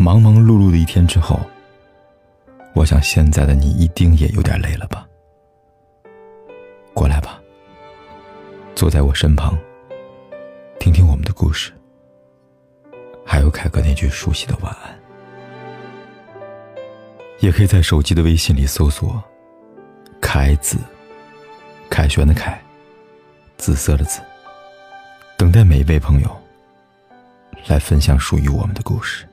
忙忙碌碌的一天之后，我想现在的你一定也有点累了吧。过来吧，坐在我身旁，听听我们的故事，还有凯哥那句熟悉的晚安。也可以在手机的微信里搜索凯子，凯旋的凯，紫色的紫，等待每一位朋友来分享属于我们的故事。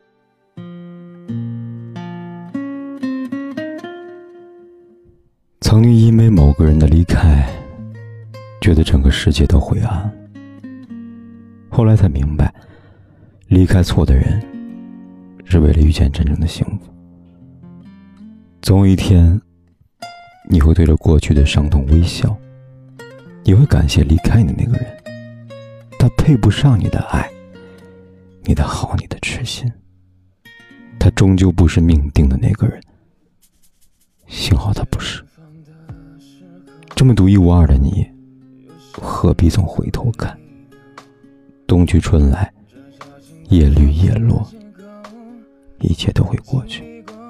曾经因为某个人的离开，觉得整个世界都灰暗，后来才明白，离开错的人是为了遇见真正的幸福。总有一天，你会对着过去的伤痛微笑，你会感谢离开你那个人，他配不上你的爱，你的好，你的痴心，他终究不是命定的那个人，幸好他不是。这么独一无二的你，何必总回头看？冬去春来，叶绿叶落，一切都会过去。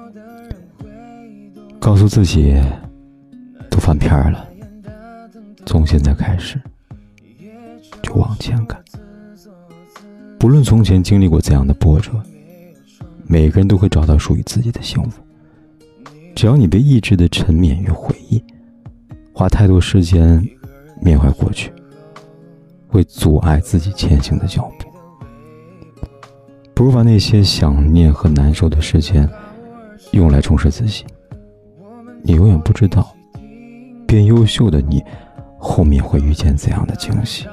告诉自己，都翻篇了，从现在开始就往前看。不论从前经历过怎样的波折，每个人都会找到属于自己的幸福。只要你被一直的沉湎于回忆，花太多时间缅怀过去，会阻碍自己前行的脚步。不如把那些想念和难受的时间用来充实自己。你永远不知道，变优秀的你后面会遇见怎样的惊喜。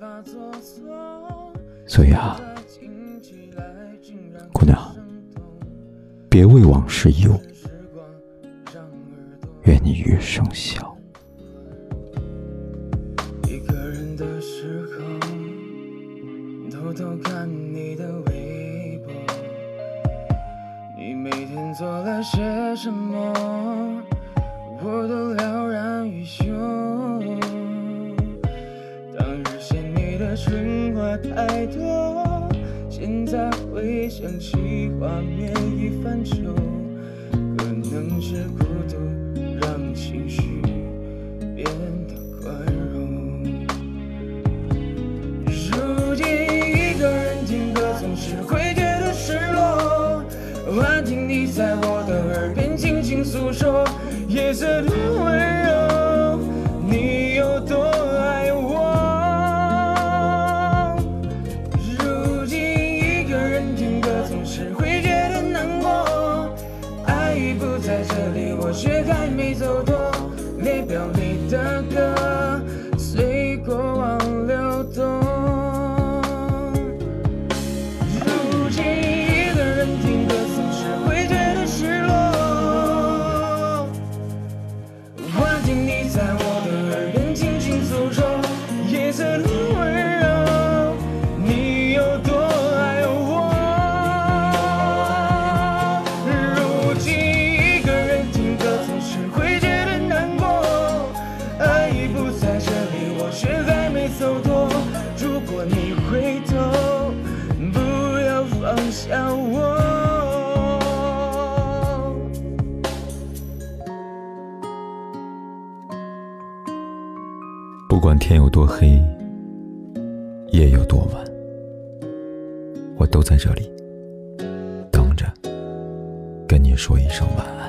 所以啊，姑娘，别为往事忧，愿你余生笑。 一个人的时候，偷偷看你的微博，你每天做了些什么，我都了然于胸。当日嫌你的蠢话太多，现在回想起画面已泛旧，可能是孤独让情绪变得宽容。如今一个人听歌总是会觉得失落，幻听你在我的耳边轻轻诉说，夜色的温柔，你有多爱我。如今一个人听歌总是会觉得难过，爱已不在这里，我却还没走脱。列表里的歌随过往流动。如今一个人听歌总是会觉得失落，幻听你在我的耳边轻轻诉说，夜色的温柔，你有多爱我。如今一个人听歌总是会觉得难过，爱已不在这里，我却还没走脱。如果你回头，不要放下我。 不管天有多黑，夜有多晚，我都在这里等着跟你说一声晚安。